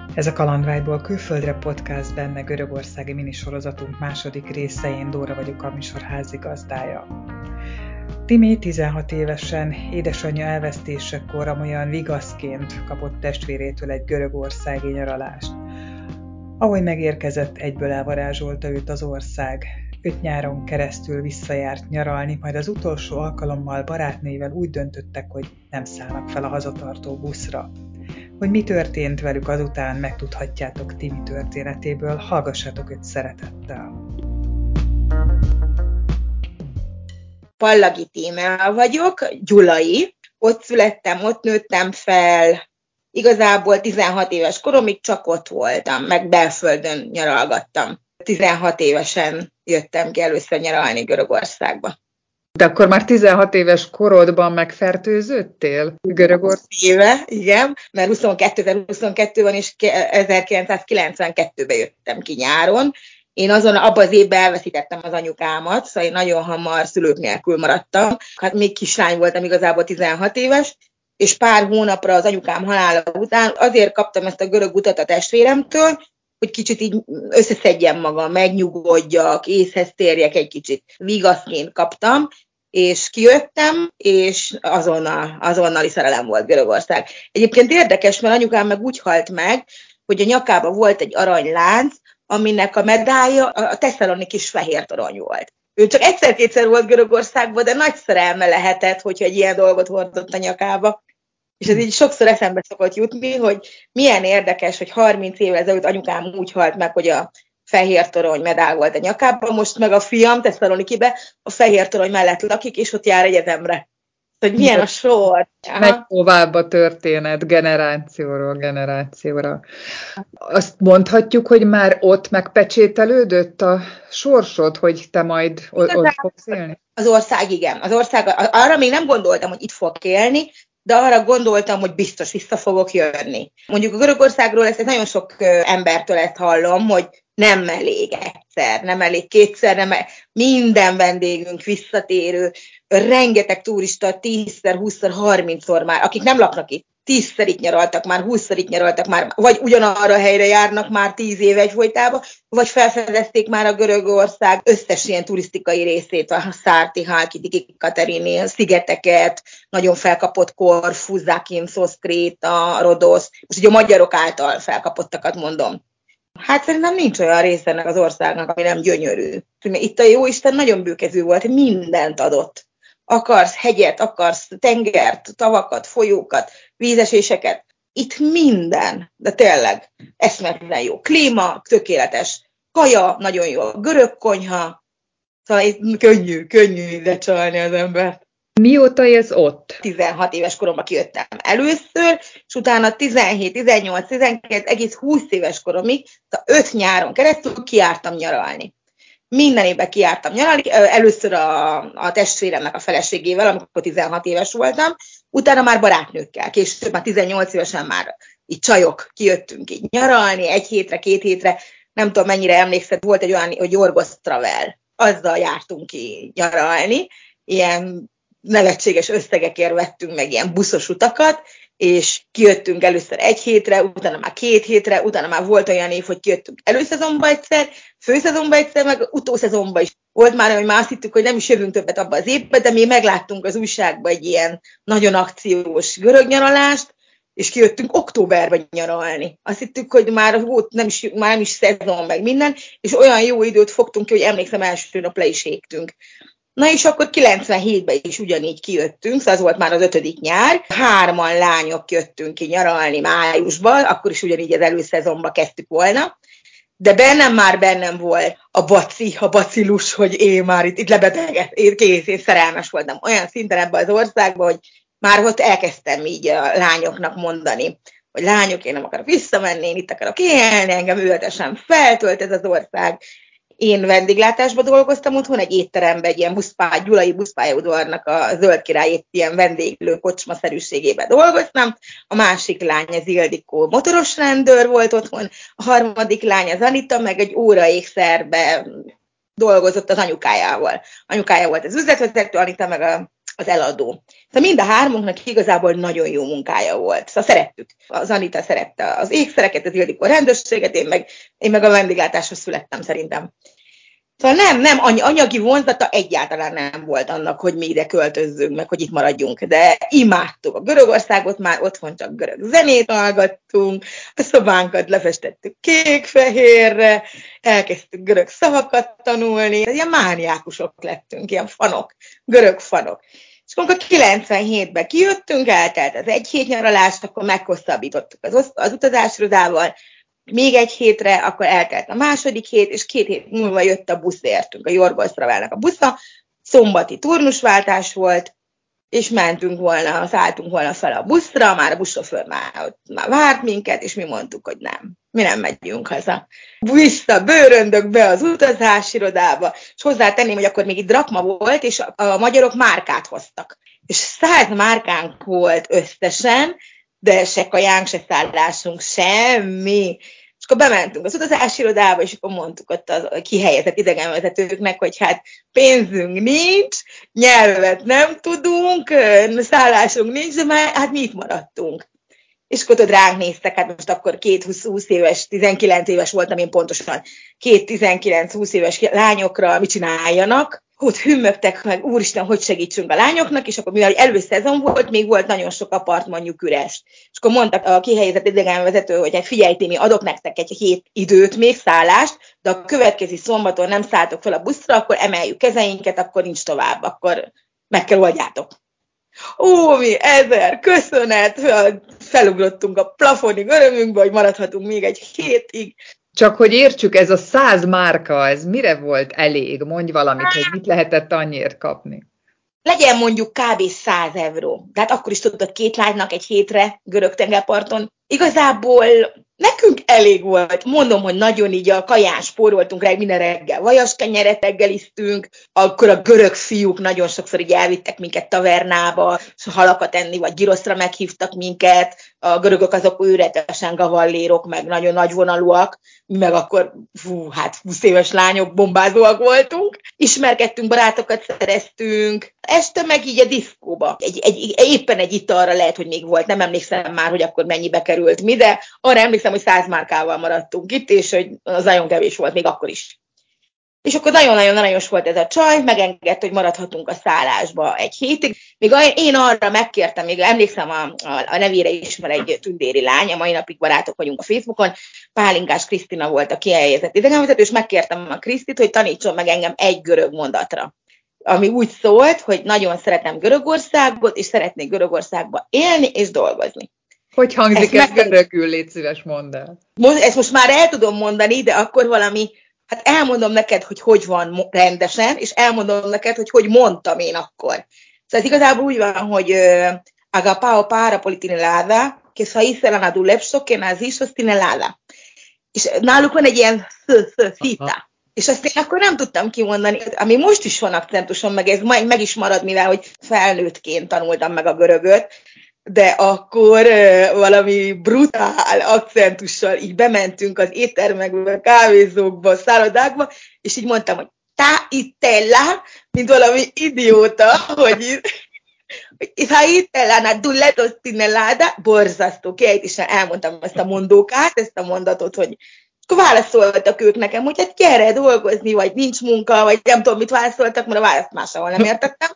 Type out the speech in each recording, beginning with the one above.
Ez a Kalandvágyból külföldre podcast, benne görögországi minisorozatunk második része, én Dóra vagyok, a műsor házigazdája. Timi 16 évesen édesanyja elvesztésekor amolyan vigaszként kapott testvérétől egy görögországi nyaralást. Ahogy megérkezett, egyből elvarázsolta őt az ország. 5 nyáron keresztül visszajárt nyaralni, majd az utolsó alkalommal barátnével úgy döntöttek, hogy nem szállnak fel a hazatartó buszra. Hogy mi történt velük azután, megtudhatjátok Timi történetéből, hallgassátok őt szeretettel. Pallagi Tímea vagyok, gyulai. Ott születtem, ott nőttem fel. Igazából 16 éves koromig csak ott voltam, meg belföldön nyaralgattam. 16 évesen jöttem ki először nyaralni Görögországba. De akkor már 16 éves korodban megfertőződtél Görögországban? Igen, mert 2022-ben és 1992-ben jöttem ki nyáron. Én abban az évben elveszítettem az anyukámat, szóval én nagyon hamar szülők nélkül maradtam. Hát még kislány voltam, igazából 16 éves, és pár hónapra az anyukám halála után azért kaptam ezt a görög utat a testvéremtől, hogy kicsit így összeszedjem magam, megnyugodjak, észhez térjek egy kicsit. Vigaszként kaptam, és kijöttem, és azonnali szerelem volt Görögország. Egyébként érdekes, mert anyukám meg úgy halt meg, hogy a nyakában volt egy aranylánc, aminek a medálja a Tesszaloniki fehér torony volt. Ő csak egyszer-kétszer volt Görögországban, de nagy szerelme lehetett, hogyha egy ilyen dolgot hordott a nyakába. És ez így sokszor eszembe szokott jutni, hogy milyen érdekes, hogy 30 évvel ezelőtt anyukám úgy halt meg, hogy a fehér torony medál volt a nyakában, most meg a fiam Tesszalonikibe a fehér torony mellett lakik, és ott jár egyetemre. Hogy milyen a sor. Meg tovább a történet generációról generációra. Azt mondhatjuk, hogy már ott megpecsételődött a sorsod, hogy te majd ott fogsz élni? Az ország, igen. Az ország, arra még nem gondoltam, hogy itt fogok élni, de arra gondoltam, hogy biztos vissza fogok jönni. Mondjuk a Görögországról ezt nagyon sok embertől ezt hallom, hogy nem elég egyszer, nem elég kétszer, minden vendégünk visszatérő, rengeteg turista 10-szer, 20-szor, 30-szor már, akik nem laknak itt, 10-szer itt nyaraltak már, 20-szor itt nyaraltak már, vagy ugyanarra a helyre járnak már 10 éve egyfolytában, vagy felfedezték már a Görögország összes ilyen turisztikai részét, a Szárti, Halkidiki, Katerini, szigeteket, nagyon felkapott Korfu, Zakynthos, Kréta, Rodosz, most ugye a magyarok által felkapottakat mondom. Hát szerintem nincs olyan része ennek az országnak, ami nem gyönyörű. Itt a Jóisten nagyon bőkezű volt, mindent adott. Akarsz hegyet, akarsz tengert, tavakat, folyókat, vízeséseket. Itt minden, de tényleg eszmetlen jó. Klíma, tökéletes. Kaja, nagyon jó. Görög konyha. Szóval itt könnyű ide csalni az embert. Mióta élsz ott? 16 éves koromban kijöttem először, és utána 17, 18, 19, egész 20 éves koromig, 5 nyáron keresztül kijártam nyaralni. Minden évben kijártam nyaralni, először a testvéremnek a feleségével, amikor 16 éves voltam, utána már barátnőkkel, később már 18 évesen már így csajok kijöttünk így nyaralni, 1 hétre, 2 hétre, nem tudom mennyire emlékszed, volt egy olyan, hogy Yorgos Travel, azzal jártunk ki nyaralni, ilyen nevetséges összegekért vettünk meg ilyen buszos utakat, és kijöttünk először 1 hétre, utána már 2 hétre, utána már volt olyan év, hogy kijöttünk előszezonban egyszer, főszezonban egyszer, meg utószezonban is. Volt már, hogy már azt hittük, hogy nem is jövünk többet abba az évben, de mi megláttunk az újságban egy ilyen nagyon akciós görög nyaralást, és kijöttünk októberben nyaralni. Azt hittük, hogy már volt már nem is szezon, meg minden, és olyan jó időt fogtunk ki, hogy emlékszem, első nap le is égtünk. Na és akkor 97-ben is ugyanígy kijöttünk, szóval az volt már az 5. nyár. 3 lányok jöttünk ki nyaralni májusban, akkor is ugyanígy az előszezonban kezdtük volna. De bennem volt a bacillus, hogy én már itt lebetegett, én szerelmes voltam. Olyan szinten ebben az országban, hogy már ott elkezdtem így a lányoknak mondani, hogy lányok, én nem akarok visszamenni, én itt akarok élni, engem őletesen feltölt ez az ország. Én vendéglátásban dolgoztam otthon, egy étteremben, egy ilyen gyulai buszpályaudvarnak a Zöld Király ilyen vendéglő kocsmaszerűségében dolgoztam. A másik lány az Ildikó motoros rendőr volt otthon, a harmadik lány az Anita, meg egy óraékszerbe dolgozott az anyukájával. Anyukája volt az üzletvezető, Anita meg az eladó. Szóval mind a hármunknak igazából nagyon jó munkája volt. Szóval szerettük. Az Anita szerette az ékszereket, az Ildikó rendőrséget, én meg a vendéglátáshoz születtem szerintem. Szóval nem, anyagi vonzata egyáltalán nem volt annak, hogy mi ide költözzünk, meg hogy itt maradjunk, de imádtuk a Görögországot, már otthon csak görög zenét hallgattunk, a szobánkat lefestettük kék-fehérre, elkezdtük görög szavakat tanulni, ilyen mániákusok lettünk, ilyen fanok, görög fanok. És amikor 97-ben kijöttünk, eltelt az egy hét nyaralást, akkor meghosszabbítottuk az utazásirodával, még egy hétre, akkor eltelt a második hét, és 2 hét múlva jött a busz, értünk, a Jorgos-Stravelnek a busza, szombati turnusváltás volt, és szálltunk volna fel a buszra, már a buszsofőr már várt minket, és mi mondtuk, hogy nem, mi nem megyünk haza. Vissza, bőröndökbe az utazásirodába, és hozzátenném, hogy akkor még itt drakma volt, és a magyarok márkát hoztak. És 100 márkánk volt összesen, de se kajánk, se szállásunk, semmi. És akkor bementünk az utazásirodába, és akkor mondtuk ott a kihelyezett idegenvezetőknek, hogy hát pénzünk nincs, nyelvet nem tudunk, szállásunk nincs, de már hát mi itt maradtunk. És akkor ott ránk néztek, hát most akkor 2 20 éves, 19 éves voltam én pontosan, 2 19-20 éves lányokra mit csináljanak, ott hümmögtek meg, úristen, hogy segítsünk a lányoknak, és akkor mivel előszezon volt, még volt nagyon sok apartmanjuk üres. És akkor mondtak a kihelyezett idegenvezető, hogy hát figyelj, Timi, adok nektek egy 7 időt, még szállást, de a következő szombaton nem szálltok fel a buszra, akkor emeljük kezeinket, akkor nincs tovább, akkor meg kell oldjátok. Ó, mi 1000, köszönet, felugrottunk a plafonig örömünkbe, hogy maradhatunk még egy hétig. Csak hogy értsük, ez a 100 márka, ez mire volt elég? Mondj valamit, hogy mit lehetett annyiért kapni. Legyen mondjuk kb. 100 euró. Tehát akkor is tudod, 2 lánynak egy hétre görög tengerparton. Igazából nekünk elég volt. Mondom, hogy nagyon így a kaján spóroltunk rá, minden reggel vajaskenyeret reggeliztünk, akkor a görög fiúk nagyon sokszor így elvittek minket tavernába, halakat enni, vagy giroszra meghívtak minket. A görögök azok őretesen gavallérok, meg nagyon nagyvonalúak, mi meg akkor 20 éves lányok, bombázóak voltunk. Ismerkedtünk, barátokat szereztünk. Este meg így a diszkóba. Éppen egy italra lehet, hogy még volt, nem emlékszem már, hogy akkor mennyibe került mi, de arra emlékszem, hogy 100 márkával maradtunk itt, és hogy az nagyon kevés volt még akkor is. És akkor nagyon-nagyon aranyos volt ez a csaj, megengedett, hogy maradhatunk a szállásba egy hétig. Még én arra megkértem, még emlékszem a nevére ismer egy tündéri lány, a mai napig barátok vagyunk a Facebookon, Pálinkás Krisztina volt a kihelyezett idegenvezető, és megkértem a Krisztit, hogy tanítson meg engem egy görög mondatra. Ami úgy szólt, hogy nagyon szeretem Görögországot, és szeretnék Görögországba élni és dolgozni. Hogy hangzik ez görögül, légy szíves, mondd el. Ezt most már el tudom mondani, de akkor valami, hát elmondom neked, hogy van rendesen, és elmondom neked, hogy mondtam én akkor. Szóval ez igazából úgy van, hogy agapao para πολύ την Ελλάδα και θα ήθελα να δουλέψω και να ζήσω στην Ελλάδα. És náluk van egy ilyen szita. És azt én akkor nem tudtam kimondani, ami most is van akcentusom, meg ez meg is marad, mivel hogy felnőttként tanultam meg a görögöt, de akkor valami brutál akcentussal így bementünk az éttermekbe, kávézókba, szállodákba, és így mondtam, hogy tá itella, mint valami idióta, hogy ha itella na dulleto στην Ελλάδα, borzasztó kiejtésen elmondtam ezt a mondókát, ezt a mondatot, hogy akkor válaszoltak ők nekem, hogy hát gyere dolgozni, vagy nincs munka, vagy nem tudom, mit válaszoltak, mert a választ máshol nem értettem.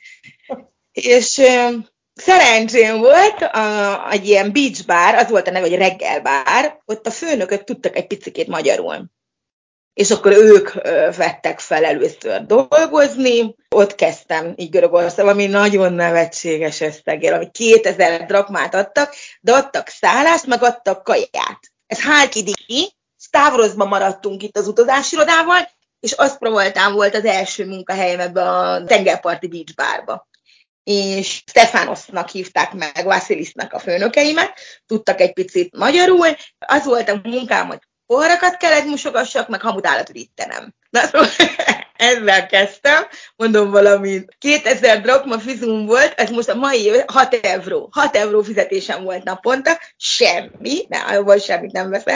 És szerencsém volt egy ilyen beach bar, az volt a neve, hogy reggelbár, ott a főnökök tudtak egy picikét magyarul. És akkor ők vettek fel először dolgozni, ott kezdtem így Görögországban, ami nagyon nevetséges összegér, ami 2000 drakmát adtak, de adtak szállást, meg adtak kaját. Ez Halkidiki, Stavroszban maradtunk itt az utazásirodával, és azt próbáltam, volt az első munkahelyem ebbe a tengerparti beach barba. És Stefanosnak hívták meg, Vasilisnak a főnökeimet, tudtak egy picit magyarul. Az volt a munkám, hogy poharakat kellett mosogassak, meg hamut állatürítenem. Na szóval ezzel kezdtem, mondom valami 2000 drakma fizum volt, ez most a mai 6 euró. 6 euró fizetésem volt naponta, semmi, abban semmit nem veszel.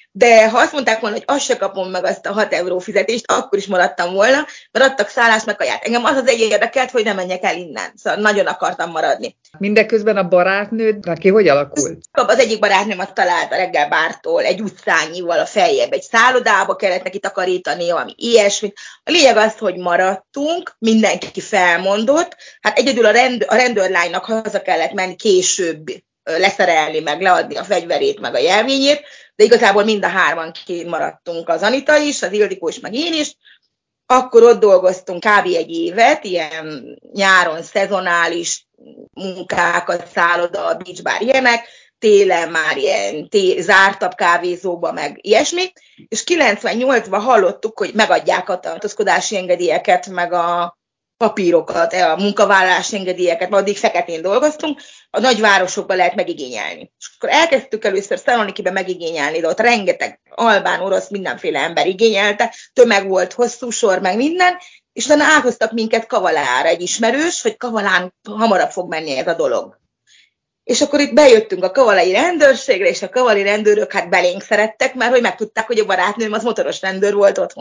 de ha azt mondták volna, hogy azt se kapom meg azt a 6 euró fizetést, akkor is maradtam volna, mert adtak szállást meg kaját. Engem az egy érdekelt, hogy nem menjek el innen. Szóval nagyon akartam maradni. Mindeközben a barátnőd, neki hogy alakult? Az egyik barátnőm azt találta reggel bártól egy utcányival a feljebb egy szállodába kellett neki takarítani, valami ilyesmit. A lényeg az, hogy maradtunk, mindenki felmondott, hát egyedül a rendőrlánynak haza kellett menni később leszerelni, meg leadni a fegyverét, meg a jelvényét, de igazából mind a hárman maradtunk, az Anita is, az Ildikó is, meg én is. Akkor ott dolgoztunk kb. Egy évet, ilyen nyáron szezonális munkákat, szálloda, beach bar, ilyenek, télen már ilyen zártabb kávézóba, meg ilyesmi, és 98-ban hallottuk, hogy megadják a tartózkodási engedélyeket, meg a papírokat, a munkavállalási engedélyeket, mert addig feketén dolgoztunk, a nagyvárosokban lehet megigényelni. És akkor elkezdtük először Szalonikiben megigényelni, de ott rengeteg albán, orosz, mindenféle ember igényelte, tömeg volt, hosszú sor, meg minden, és utána áthoztak minket Kavalára egy ismerős, hogy Kavalán hamarabb fog menni ez a dolog. És akkor itt bejöttünk a kavalai rendőrségre, és a kavalai rendőrök hát belénk szerettek, mert hogy megtudták, hogy a barátnőm az motoros rendőr volt otthon.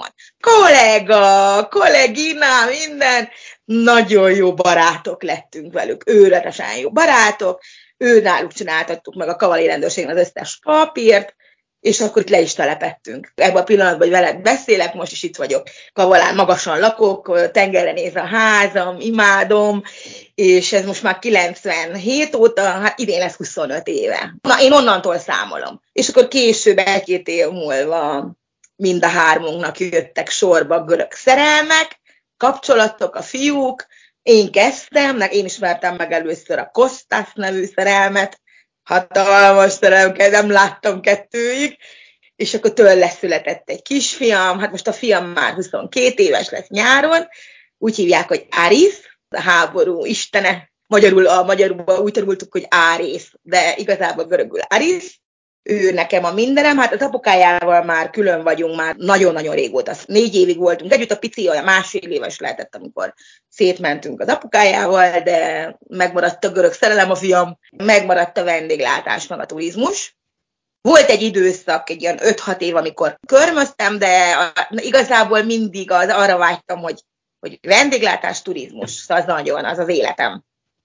Kollega, kollégina, minden. Nagyon jó barátok lettünk velük, őretesen jó barátok. Ő náluk csináltattuk meg a kavalai rendőrségen az összes papírt, és akkor itt le is telepettünk. Ebben a pillanatban, hogy veled beszélek, most is itt vagyok. Kavalán magasan lakok, tengerre néz a házam, imádom, és ez most már 97 óta, hát idén lesz 25 éve. Na, én onnantól számolom. És akkor később, 1-2 év múlva mind a hármunknak jöttek sorba görög szerelmek, kapcsolatok, a fiúk. Én kezdtem, én ismertem meg először a Kostas nevű szerelmet, hatalmas szerelmeket, nem láttam 2-ig, és akkor tőle született egy kisfiam, hát most a fiam már 22 éves lesz nyáron, úgy hívják, hogy Aris, a háború istene, magyarulban úgy tanultuk, hogy Árész, de igazából görögül Aris, ő nekem a mindenem, hát az apukájával már külön vagyunk, már nagyon-nagyon régóta, 4 évig voltunk együtt, a pici olyan 1,5 éves lehetett, amikor szétmentünk az apukájával, de megmaradt a görög szerelem, a fiam, megmaradt a vendéglátás, meg a turizmus. Volt egy időszak, egy olyan 5-6 év, amikor körmöztem, de igazából mindig arra vágytam, hogy vendéglátás, turizmus, szóval az nagyon, az az életem.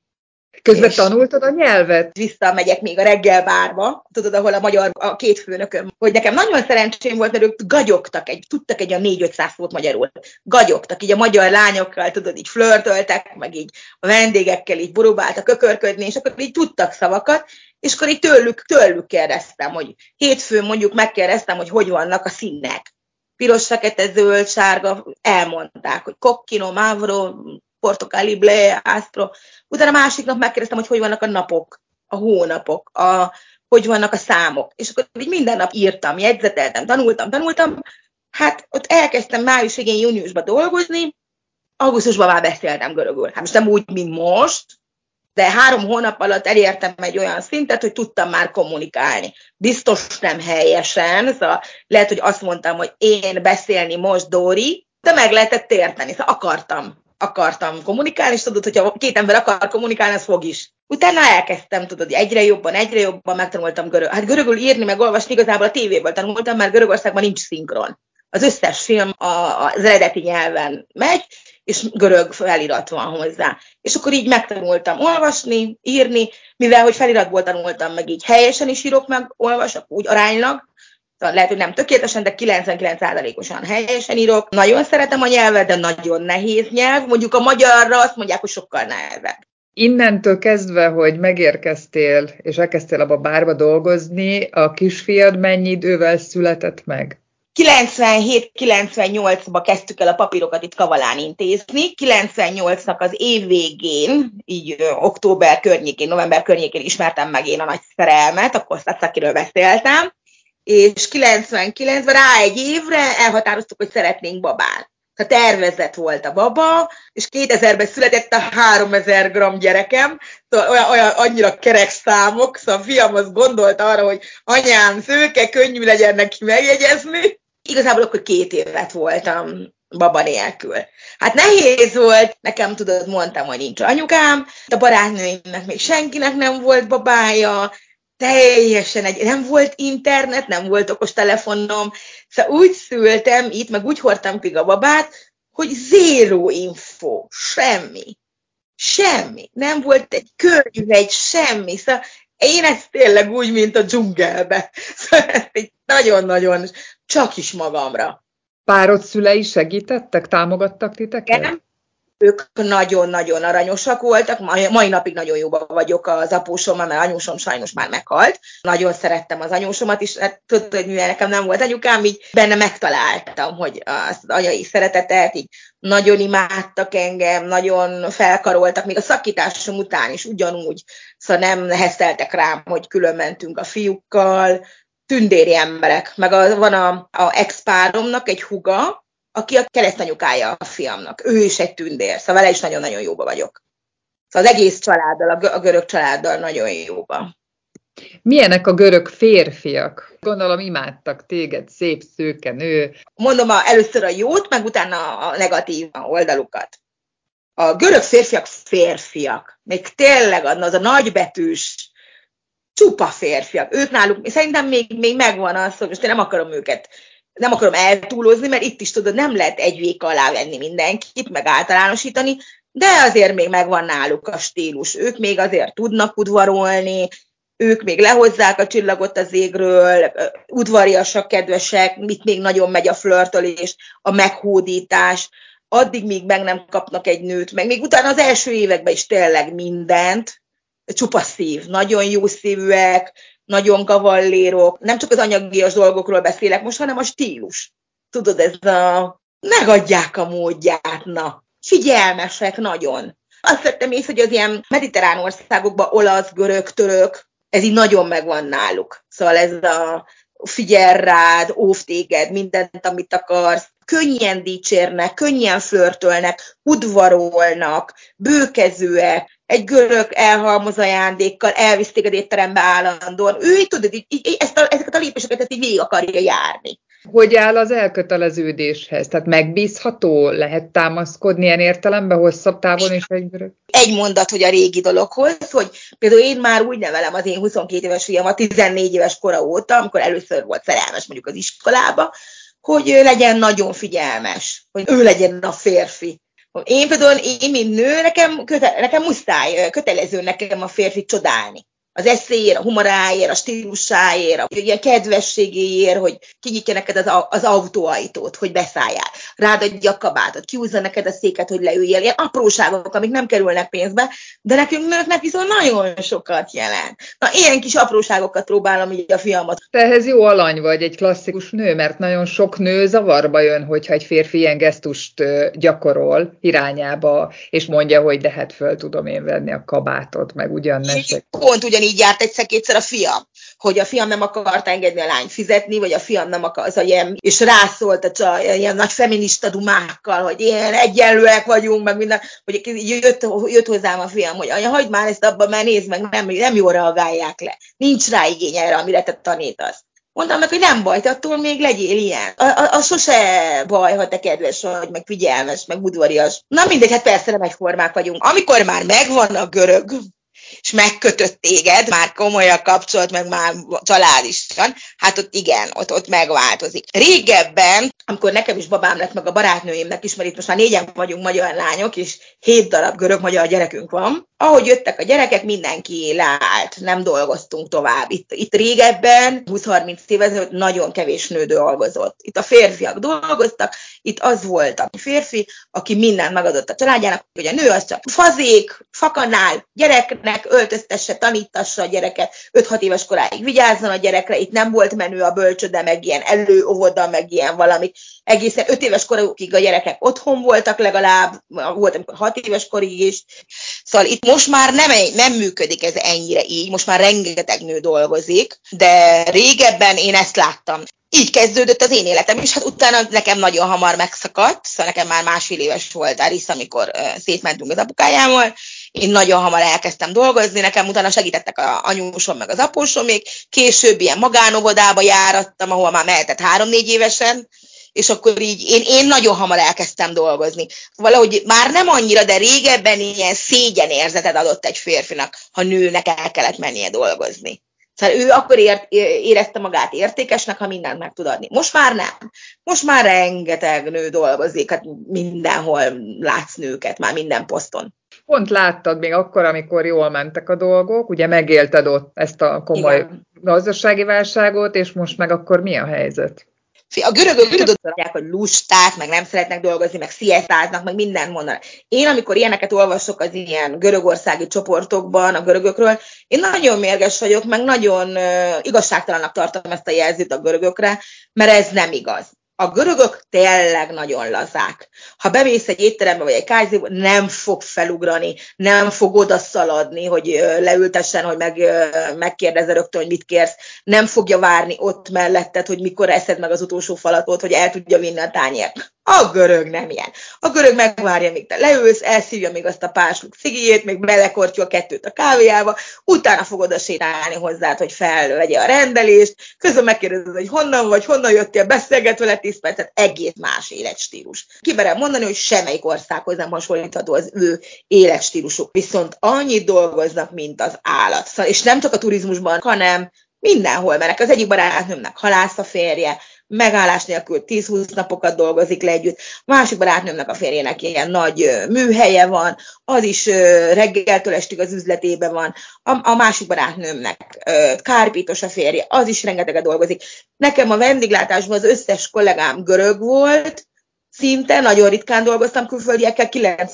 Közben tanultad a nyelvet? Visszamegyek még a reggelbárba, tudod, ahol a 2 főnököm, hogy nekem nagyon szerencsém volt, mert ők gagyogtak, tudtak egy olyan 400-500 szót magyarul. Gagyogtak, így a magyar lányokkal, tudod, így flörtöltek, meg így a vendégekkel így borúbáltak kökörködni, és akkor így tudtak szavakat, és akkor így tőlük kérdeztem, hogy hétfőn mondjuk megkérdeztem, hogy vannak a színek. Piros, fekete, zöld, sárga, elmondták, hogy kokkino, mavro, portokáli, blé, ászpro. Utána másik nap megkérdeztem, hogy vannak a napok, a hónapok, hogy vannak a számok. És akkor így minden nap írtam, jegyzeteltem, tanultam. Hát ott elkezdtem május végén, júniusban dolgozni, augusztusban már beszéltem görögül. Hát most nem úgy, mint most, de 3 hónap alatt elértem egy olyan szintet, hogy tudtam már kommunikálni. Biztos nem helyesen, szóval lehet, hogy azt mondtam, hogy én beszélni most, Dóri, de meg lehetett érteni, szóval akartam kommunikálni, és tudod, hogyha 2 ember akar kommunikálni, az fog is. Utána elkezdtem, tudod, egyre jobban megtanultam görögül írni, meg olvasni, igazából a tévéből tanultam, mert Görögországban nincs szinkron. Az összes film az eredeti nyelven megy, és görög felirat van hozzá. És akkor így megtanultam olvasni, írni, mivel hogy feliratból tanultam, meg így helyesen is írok, meg olvasok, úgy aránylag. Lehet, hogy nem tökéletesen, de 99%-osan helyesen írok. Nagyon szeretem a nyelvet, de nagyon nehéz nyelv. Mondjuk a magyarra azt mondják, hogy sokkal nehezebb. Innentől kezdve, hogy megérkeztél, és elkezdtél abba a bárba dolgozni, a kisfiad mennyi idővel született meg? 97-98-ban kezdtük el a papírokat itt Kavalán intézni. 98-nak az év végén, így október környékén, november környékén ismertem meg én a nagy szerelmet, akkor akiről beszéltem. És 99-ben rá egy évre elhatároztuk, hogy szeretnénk babát. A tervezet volt a baba, és 2000-ben született a 3000 g gyerekem, szóval olyan annyira kerek számok, szóval a fiam azt gondolta arra, hogy anyám szőke, könnyű legyen neki megjegyezni. Igazából akkor 2 évet voltam baba nélkül. Hát nehéz volt, nekem tudod, mondtam, hogy nincs anyukám, a barátnőimnek még senkinek nem volt babája, teljesen nem volt internet, nem volt okostelefonom, szóval úgy szültem itt, meg úgy hordtam ki a babát, hogy zéró info, semmi, nem volt egy könyv, egy semmi, szóval én ezt tényleg úgy, mint a dzsungelbe, szóval ezt nagyon-nagyon csak is magamra. Párod szülei segítettek, támogattak titeket? Nem? Ők nagyon-nagyon aranyosak voltak, mai napig nagyon jóban vagyok az apósommal, mert anyósom sajnos már meghalt. Nagyon szerettem az anyósomat is, hát tudod, hogy mivel nekem nem volt anyukám, így benne megtaláltam, hogy az anyai szeretetet, így nagyon imádtak engem, nagyon felkaroltak, még a szakításom után is ugyanúgy, szóval nem nehezteltek rám, hogy külön mentünk a fiúkkal, tündéri emberek, meg van a ex-páromnak egy húga, aki a keresztanyukája a fiamnak. Ő is egy tündér, szóval vele is nagyon-nagyon jóba vagyok. Szóval az egész családdal, a görög családdal nagyon jóba. Milyenek a görög férfiak? Gondolom imádtak téged, szép szőke nő. Mondom először a jót, meg utána a negatív oldalukat. A görög férfiak. Még tényleg az a nagybetűs, csupa férfiak. Ők náluk, szerintem még megvan az, hogy most én nem akarom eltúlozni, mert itt is tudod, nem lehet egy véka alá venni mindenkit, meg általánosítani, de azért még megvan náluk a stílus. Ők még azért tudnak udvarolni, ők még lehozzák a csillagot az égről, udvariasak, kedvesek, itt még nagyon megy a flörtölés, a meghódítás, addig még meg nem kapnak egy nőt, meg még utána az első években is tényleg mindent, csupa szív, nagyon jó szívűek, nagyon kavallérok, nem csak az anyagias dolgokról beszélek most, hanem a stílus. Tudod, megadják a módját, na. Figyelmesek nagyon. Azt vettem észre, hogy az ilyen mediterrán országokban olasz, görög, török, ez így nagyon megvan náluk. Szóval ez a figyel rád, óv téged, mindent, amit akarsz. Könnyen dicsérnek, könnyen flörtölnek, udvarolnak, bőkezőek, egy görög elhalmoz ajándékkal, elvisz téged étterembe állandóan. Ő így tudod, ezeket a lépéseket így végig akarja járni. Hogy áll az elköteleződéshez? Tehát megbízható? Lehet támaszkodni ilyen értelemben hosszabb távon is egy görög? Egy mondat, hogy a régi dologhoz, hogy például én már úgy nevelem az én 22 éves fiamat 14 éves kora óta, amikor először volt szerelmes mondjuk az iskolába, hogy legyen nagyon figyelmes, hogy ő legyen a férfi. Én például, mint nő, nekem muszáj, kötelező nekem a férfit csodálni. Az eszéért, a humoráért, a stílusáért, a ilyen kedvességéért, hogy kinyitja neked az autóajtót, hogy beszálljál. Rád adja a kabátot, kihúzza neked a széket, hogy leüljél. Ilyen apróságok, amik nem kerülnek pénzbe, de nekünk nőknek viszont nagyon sokat jelent. Na, ilyen kis apróságokat próbálom így a fiamat. Te ehhez jó alany vagy, egy klasszikus nő, mert nagyon sok nő zavarba jön, hogyha egy férfi ilyen gesztust gyakorol irányába, és mondja, hogy de hát föl tudom én venni a kabátot, meg Pont ugyanígy járt egyszer-kétszer a fiam, hogy a fiam nem akarta engedni a lányt fizetni, vagy a fiam nem akarta, és rászólt ilyen nagy feminista dumákkal, hogy ilyen egyenlőek vagyunk, meg minden, hogy jött hozzám a fiam, hogy anya, hagyd már ezt abba, mert nézd meg, nem jól reagálják le. Nincs rá igény erre, amire te tanítasz. Mondtam meg, hogy nem baj, te attól még legyél ilyen. Az sose baj, ha te kedves vagy, meg figyelmes, meg udvarias. Na mindegy, hát persze nem egyformák vagyunk. Amikor már megvan a görög, és megkötött téged, már komoly a kapcsolat, meg már család is van, hát ott igen, ott megváltozik. Régebben, amikor nekem is babám lett, meg a barátnőimnek is, mert itt most már 4-en vagyunk magyar lányok, és 7 darab görög-magyar gyerekünk van, ahogy jöttek a gyerekek, mindenki leállt, nem dolgoztunk tovább. Itt régebben, 20-30 éve ezelőtt nagyon kevés nő dolgozott. Itt a férfiak dolgoztak, itt az volt a férfi, aki mindent megadott a családjának, hogy a nő az csak fazék, fakanál, gyereknek öltöztesse, tanítassa a gyereket, 5-6 éves koráig vigyázzon a gyerekre, itt nem volt menő a bölcsöde, meg ilyen előóvoda, meg ilyen valami. Egészen 5 éves korukig a gyerekek otthon voltak legalább, volt amikor 6 éves korig is. Szóval itt most már nem működik ez ennyire így, most már rengeteg nő dolgozik, de régebben én ezt láttam. Így kezdődött az én életem, és hát utána nekem nagyon hamar megszakadt, szóval nekem már 1,5 éves volt Arisz, amikor szétmentünk az apukájámmal. Én nagyon hamar elkezdtem dolgozni, nekem utána segítettek az anyósom meg az apósom, még később ilyen magánovodába járattam, ahol már mehetett 3-4 évesen, és akkor így én nagyon hamar elkezdtem dolgozni. Valahogy már nem annyira, de régebben ilyen szégyenérzetet adott egy férfinak, ha nőnek el kellett mennie dolgozni. Szóval ő akkor érezte magát értékesnek, ha mindent meg tud adni. Most már nem. Most már rengeteg nő dolgozik, hát mindenhol látsz nőket, már minden poszton. Pont láttad még akkor, amikor jól mentek a dolgok, ugye megélted ott ezt a komoly gazdasági válságot, és most meg akkor mi a helyzet? A görögök tudják, hogy lusták, meg nem szeretnek dolgozni, meg sziasztáznak, meg mindent mondanak. Én, amikor ilyeneket olvasok az ilyen görögországi csoportokban a görögökről, én nagyon mérges vagyok, meg nagyon igazságtalannak tartom ezt a jelzőt a görögökre, mert ez nem igaz. A görögök tényleg nagyon lazák. Ha bemész egy étterembe vagy egy kávézóba, nem fog felugrani, nem fog odaszaladni, hogy leültessen, hogy megkérdezze rögtön, hogy mit kérsz. Nem fogja várni ott melletted, hogy mikor eszed meg az utolsó falatot, hogy el tudja vinni a tányért. A görög nem ilyen. A görög megvárja, míg te leülsz, elszívja még azt a pár sluk cigijét, még belekortja a 2 a kávéjába, utána fog oda sétálni hozzád, hogy felvegye a rendelést, közben megkérdezed, hogy honnan vagy, honnan jöttél, beszélget vele 10 percet, egész más életstílus. Kimerem mondani, hogy semmelyik országhoz nem hasonlítható az ő életstílusuk. Viszont annyit dolgoznak, mint az állat. És nem csak a turizmusban, hanem mindenhol, mert az egyik barátnőmnek halász a férje, megállás nélkül 10-20 napokat dolgozik le együtt. A másik barátnőmnek a férjének ilyen nagy műhelye van, az is reggeltől estig az üzletében van. A másik barátnőmnek kárpítos a férje, az is rengeteget dolgozik. Nekem a vendéglátásban az összes kollégám görög volt, szinte nagyon ritkán dolgoztam külföldiekkel,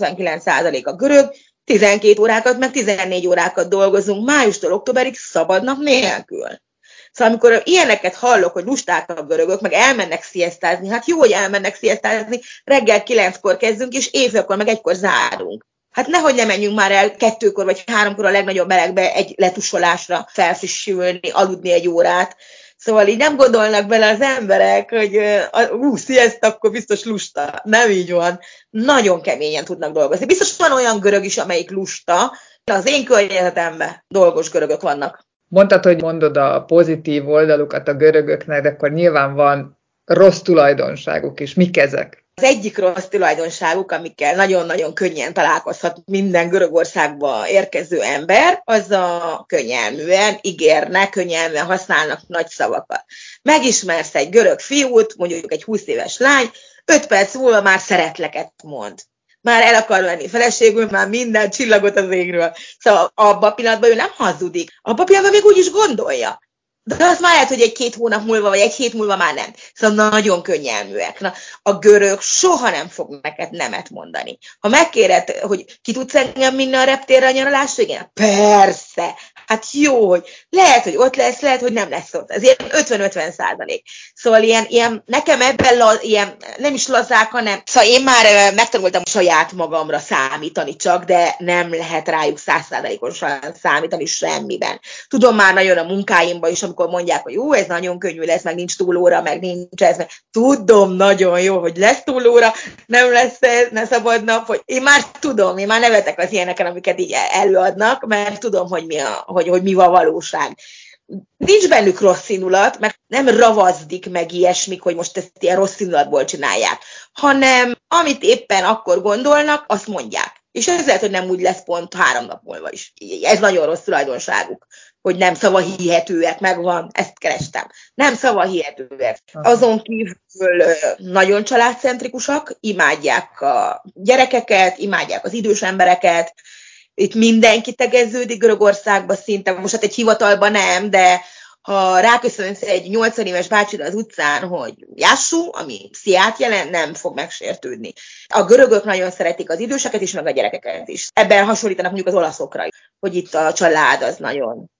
99% a görög, 12 órákat, meg 14 órákat dolgozunk májustól októberig szabad nap nélkül. Szóval amikor ilyeneket hallok, hogy lusták a görögök, meg elmennek sziasztázni, hát jó, hogy elmennek sziasztázni, reggel 9-kor kezdünk, és éjfélkor meg 1-kor zárunk. Hát nehogy ne menjünk már el 2-kor vagy 3-kor a legnagyobb melegbe egy letusolásra felfrissülni, aludni 1 órát. Szóval így nem gondolnak bele az emberek, hogy sziaszt, akkor biztos lusta. Nem így van. Nagyon keményen tudnak dolgozni. Biztos van olyan görög is, amelyik lusta. Az én környezetemben dolgos görögök vannak. Mondtad, hogy mondod a pozitív oldalukat a görögöknek, de akkor nyilván van rossz tulajdonságuk is. Mik ezek? Az egyik rossz tulajdonságuk, amikkel nagyon-nagyon könnyen találkozhat minden Görögországba érkező ember, az a könnyelműen ígérnek, könnyelműen használnak nagy szavakat. Megismersz egy görög fiút, mondjuk egy 20 éves lány, 5 perc múlva már szeretleket mond. Már el akar venni feleségül, már minden csillagot az égről. Szóval abban a pillanatban ő nem hazudik. Abban a pillanatban még úgy is gondolja. De azt már lehet, hogy 1-2 hónap múlva, vagy 1 hét múlva már nem. Szóval nagyon könnyelműek. Na, a görög soha nem fog neked nemet mondani. Ha megkéred, hogy ki tudsz engem vinni a reptérre a nyaralásra, igen? Persze. Hát jó, hogy lehet, hogy ott lesz, lehet, hogy nem lesz ott. Ez ilyen 50-50%. Szóval ilyen nekem ebben ilyen, nem is lazák, hanem... Szóval én már megtanultam saját magamra számítani csak, de nem lehet rájuk 100%-osan számítani semmiben. Tudom már nagyon a munkáimban is, amikor mondják, hogy jó, ez nagyon könnyű lesz, meg nincs túlóra, meg nincs ez. Meg tudom nagyon jó, hogy lesz túlóra, nem lesz ez, ne szabad nap, hogy én már tudom, én már nevetek az ilyeneken, amiket így előadnak, mert tudom, hogy mi a valóság. Nincs bennük rossz indulat, mert nem ravazdik meg ilyesmik, hogy most ezt ilyen rossz indulatból csinálják, hanem amit éppen akkor gondolnak, azt mondják. És ez lehet, hogy nem úgy lesz pont 3 nap múlva is. Ez nagyon rossz tulajdonságuk, hogy nem szavahihetőek, megvan, ezt kerestem. Nem szavahihetőek. Azon kívül nagyon családcentrikusak, imádják a gyerekeket, imádják az idős embereket, itt mindenki tegeződik Görögországban szinte, most hát egy hivatalban nem, de ha ráköszönsz egy 80 éves bácsira az utcán, hogy jássú, ami sziát jelent, nem fog megsértődni. A görögök nagyon szeretik az időseket is, meg a gyerekeket is. Ebben hasonlítanak mondjuk az olaszokra, hogy itt a család az nagyon...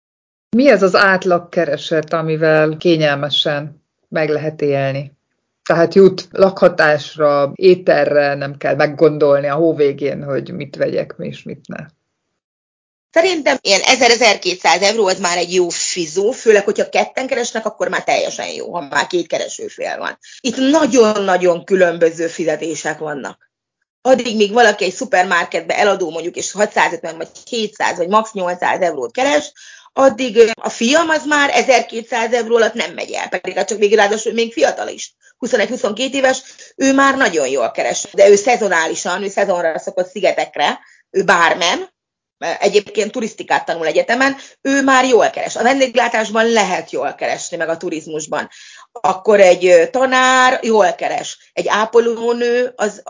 Mi az az átlagkereset, amivel kényelmesen meg lehet élni? Tehát jut lakhatásra, ételre, nem kell meggondolni a hó végén, hogy mit vegyek és mit ne. Szerintem ilyen 1000-1200 euró az már egy jó fizó, főleg, hogyha ketten keresnek, akkor már teljesen jó, ha már 2 keresőfél van. Itt nagyon-nagyon különböző fizetések vannak. Addig, míg valaki egy szupermarketbe eladó mondjuk, és 650 vagy 700 vagy max 800 eurót keres, addig a fiam az már 1200 euró alatt nem megy el, pedig csak még ráadásul még fiatal is. 21-22 éves, ő már nagyon jól keres, de ő szezonálisan, ő szezonra szokott szigetekre, ő barman, egyébként turisztikát tanul egyetemen, ő már jól keres. A vendéglátásban lehet jól keresni, meg a turizmusban. Akkor egy tanár jól keres. Egy ápolónő az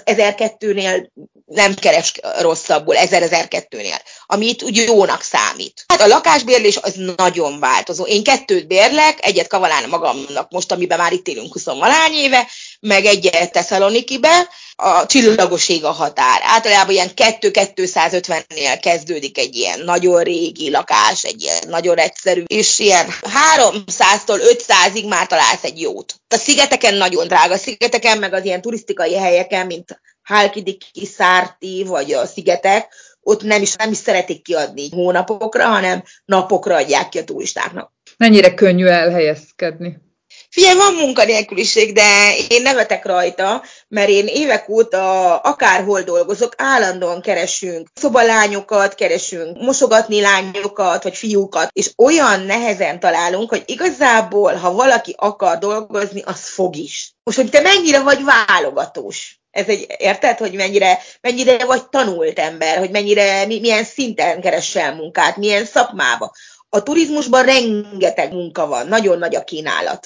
1002-nél nem keres rosszabbul, 1000-1002-nél, ami itt úgy jónak számít. Hát a lakásbérlés az nagyon változó. Én 2 bérlek, egyet Kavalán magamnak most, amiben már itt élünk 20-valány éve, meg egyet Tesszalonikibe, a csillagos ég a határ. Általában ilyen 2-250-nél kezdődik egy ilyen nagyon régi lakás, egy ilyen nagyon egyszerű, és ilyen 300-tól 500-ig már találsz egy jót. A szigeteken nagyon drága, a szigeteken meg az ilyen turisztikai helyeken, mint Halkidiki, Szárti vagy a szigetek, ott nem is szeretik kiadni hónapokra, hanem napokra adják ki a turistáknak. Mennyire könnyű elhelyezkedni? Figyelj, van munkanélküliség, de én nevetek rajta, mert én évek óta akárhol dolgozok, állandóan keresünk szobalányokat, keresünk mosogatni lányokat, vagy fiúkat, és olyan nehezen találunk, hogy igazából, ha valaki akar dolgozni, az fog is. Most, hogy te mennyire vagy válogatós? Érted, hogy mennyire vagy tanult ember, hogy milyen szinten keresel munkát, milyen szakmába. A turizmusban rengeteg munka van, nagyon nagy a kínálat.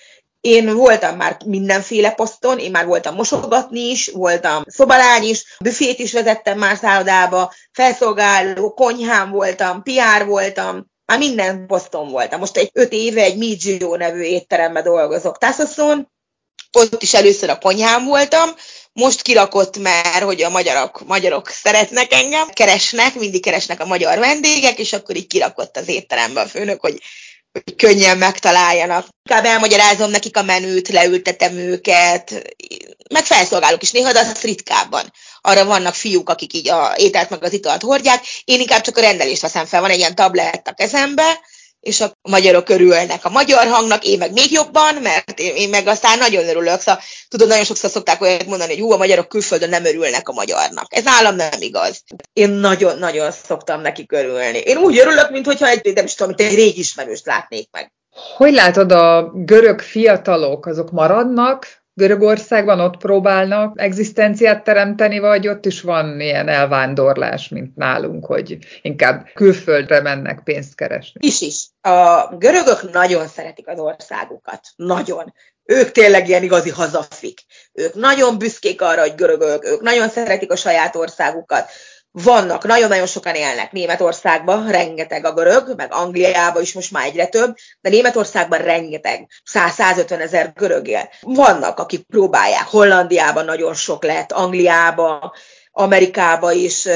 Én voltam már mindenféle poszton, én már voltam mosogatni is, voltam szobalány is, büfét is vezettem már szállodába, felszolgáló, konyhán voltam, PR voltam, már minden poszton voltam. Most 5 éve egy Migio nevű étteremben dolgozok Tászaszon, ott is először a konyhán voltam, most kirakott már, hogy a magyarok szeretnek engem, mindig keresnek a magyar vendégek, és akkor így kirakott az étteremben a főnök, hogy könnyen megtaláljanak. Inkább elmagyarázom nekik a menüt, leültetem őket, meg felszolgálok is néha, de az ritkábban. Arra vannak fiúk, akik így a ételt meg az italt hordják, én inkább csak a rendelést veszem fel, van egy ilyen tablett a kezembe, és a magyarok örülnek a magyar hangnak, én meg még jobban, mert én meg aztán nagyon örülök. Szóval, tudod, nagyon sokszor szokták olyat mondani, hogy a magyarok külföldön nem örülnek a magyarnak. Ez nálam nem igaz. Én nagyon-nagyon szoktam nekik örülni. Én úgy örülök, mintha egy régi ismerőst látnék meg. Hogy látod, a görög fiatalok, azok maradnak Görögországban, ott próbálnak egzisztenciát teremteni, vagy ott is van ilyen elvándorlás, mint nálunk, hogy inkább külföldre mennek pénzt keresni? Is. A görögök nagyon szeretik az országukat. Nagyon. Ők tényleg ilyen igazi hazafik. Ők nagyon büszkék arra, hogy görögök, ők nagyon szeretik a saját országukat. Vannak, nagyon-nagyon sokan élnek Németországban, rengeteg a görög, meg Angliában is most már egyre több, de Németországban rengeteg, 100-150 ezer görög él. Vannak, akik próbálják, Hollandiában nagyon sok lett, Angliában, Amerikába is,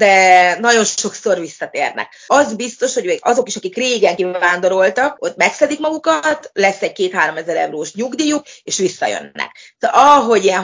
de nagyon sokszor visszatérnek. Az biztos, hogy azok is, akik régen kivándoroltak, ott megszedik magukat, lesz egy 2-3 ezer eurós nyugdíjuk, és visszajönnek. Szóval ahogy ilyen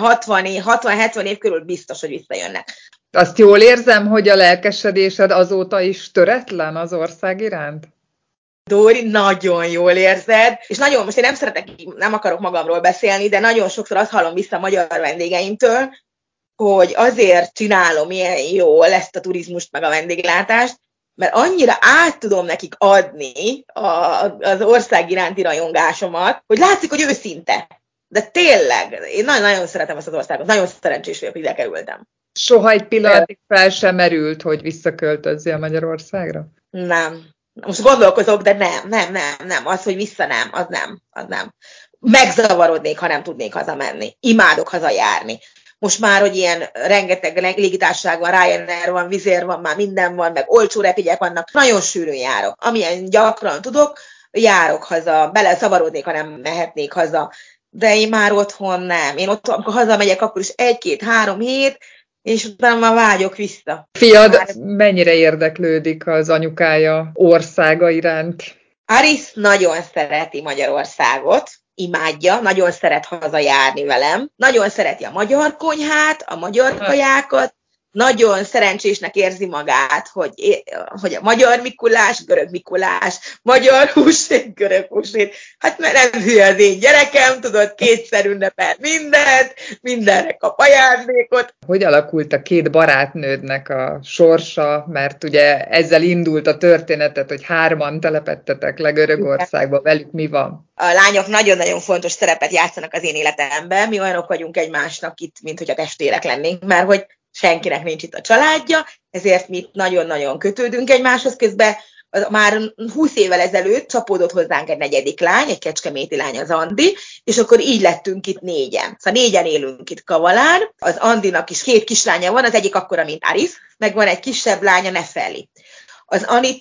60-70 év körül biztos, hogy visszajönnek. Azt jól érzem, hogy a lelkesedésed azóta is töretlen az ország iránt? Dóri, nagyon jól érzed, és most én nem akarok magamról beszélni, de nagyon sokszor azt hallom vissza a magyar vendégeimtől, hogy azért csinálom ilyen jól ezt a turizmust meg a vendéglátást, mert annyira át tudom nekik adni az ország iránti rajongásomat, hogy látszik, hogy őszinte. De tényleg, én nagyon szeretem ezt az országot, nagyon szerencsés vagyok, hogy ide kerültem. Soha egy pillanatig fel sem merült, hogy visszaköltözzél Magyarországra? Nem. Most gondolkozok, de nem. Az, hogy vissza nem, az nem. Megzavarodnék, ha nem tudnék hazamenni. Imádok hazajárni. Most már, hogy ilyen rengeteg légitársaság van, Ryanair van, Wizz Air van, már minden van, meg olcsó repjegyek vannak, nagyon sűrűn járok. Amilyen gyakran tudok, járok haza, belezavarodnék, ha nem mehetnék haza. De én már otthon nem. Én otthon, amikor hazamegyek, akkor is 1-2-3 hét, és utána már vágyok vissza. Fiad mennyire érdeklődik az anyukája országa iránt? Aris nagyon szereti Magyarországot, imádja, nagyon szeret hazajárni velem, nagyon szereti a magyar konyhát, a magyar kajákat, nagyon szerencsésnek érzi magát, hogy a magyar Mikulás, görög Mikulás, magyar húsvét, görög húsvét. Hát mert nem hülye az én gyerekem, tudod, 2-szer ünnepel mindenre kap ajándékot. Hogy alakult a 2 barátnődnek a sorsa, mert ugye ezzel indult a történetet, hogy 3-an telepedtetek le Görögországba, velük mi van? A lányok nagyon-nagyon fontos szerepet játszanak az én életemben, mi olyanok vagyunk egymásnak itt, mint hogy a testvérek lennénk, mert hogy senkinek nincs itt a családja, ezért mi nagyon-nagyon kötődünk egymáshoz. Közben már 20 évvel ezelőtt csapódott hozzánk egy 4. lány, egy kecskeméti lány, az Andi, és akkor így lettünk itt 4-en. Szóval 4-en élünk itt Kavalán. Az Andinak is 2 kislánya van, az egyik akkora, mint Aris, meg van egy kisebb lánya, Nefeli. Az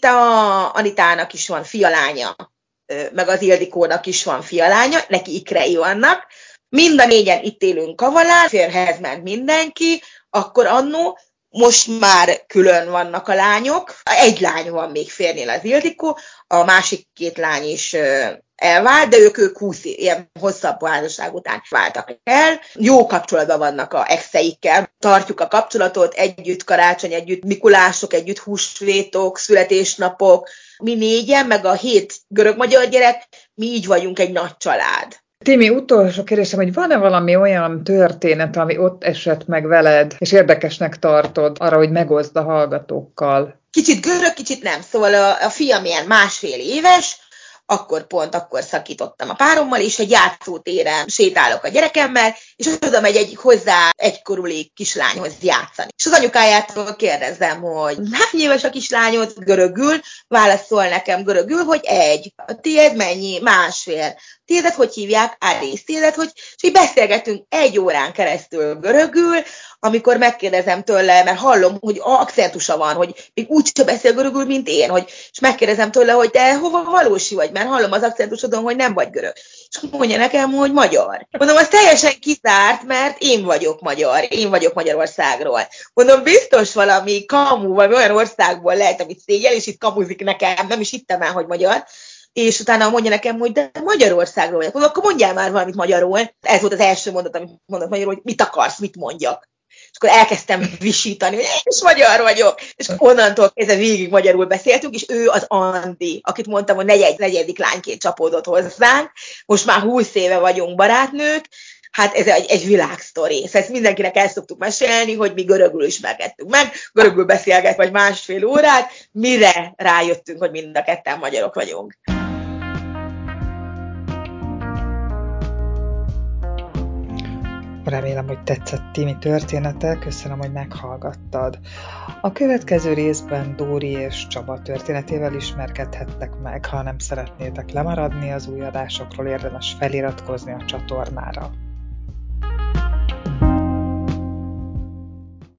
Anitának is van fialánya, meg az Ildikónak is van fialánya, neki ikrei vannak. Mind a 4-en itt élünk Kavalán, férhez ment mindenki, akkor annó, most már külön vannak a lányok. Egy lány van még férnél, az Ildikó, a másik 2 lány is elvált, de ők 20 ilyen hosszabb házasság után váltak el. Jó kapcsolatban vannak a exeikkel, tartjuk a kapcsolatot, együtt karácsony, együtt Mikulások, együtt húsvétok, születésnapok. Mi 4-en, meg a 7 görög-magyar gyerek, mi így vagyunk egy nagy család. Timi, utolsó kérdésem, hogy van-e valami olyan történet, ami ott esett meg veled, és érdekesnek tartod arra, hogy megoszd a hallgatókkal? Kicsit görög, kicsit nem. Szóval a fiam ilyen 1,5 éves, akkor szakítottam a párommal, és egy játszótéren sétálok a gyerekemmel, és oda megy egy hozzá egykorúli kislányhoz játszani. És az anyukájától kérdezem, hogy hány éves a kislányod? Görögül, válaszol nekem görögül, hogy 1. A tiéd mennyi? 1,5. Tiédet hogy hívják? Aris. Tiédet hogy? És így beszélgetünk 1 órán keresztül görögül, amikor megkérdezem tőle, mert hallom, hogy akcentusa van, hogy még úgy sem beszél görögül, mint én, és megkérdezem tőle, hogy te hova valósi vagy, mert hallom az akcentusodon, hogy nem vagy görög. És mondja nekem, hogy magyar. Mondom, az teljesen kizárt, mert én vagyok magyar, én vagyok Magyarországról. Mondom, biztos valami kamu, vagy olyan országból lehet, amit szégyel, és itt kamuzik nekem, nem is hittem el, hogy magyar. És utána mondja nekem, hogy de Magyarországról vagyok. Mondom, akkor mondjál már valamit magyarul. Ez volt az első mondat, amit mondott magyarul, hogy mit akarsz, mit mondjak. És akkor elkezdtem visítani, hogy én is magyar vagyok. És onnantól kezdve végig magyarul beszéltünk, és ő az Andi, akit mondtam, hogy 4. lányként csapódott hozzánk. Most már 20 éve vagyunk barátnők. Hát ez egy világsztori. Szóval ezt mindenkinek el szoktuk mesélni, hogy mi görögül ismerkedtünk meg, görögül beszélget vagy 1,5 órát, mire rájöttünk, hogy mind a ketten magyarok vagyunk. Remélem, hogy tetszett Timi története, köszönöm, hogy meghallgattad. A következő részben Dóri és Csaba történetével ismerkedhettek meg, ha nem szeretnétek lemaradni az új adásokról, érdemes feliratkozni a csatornára.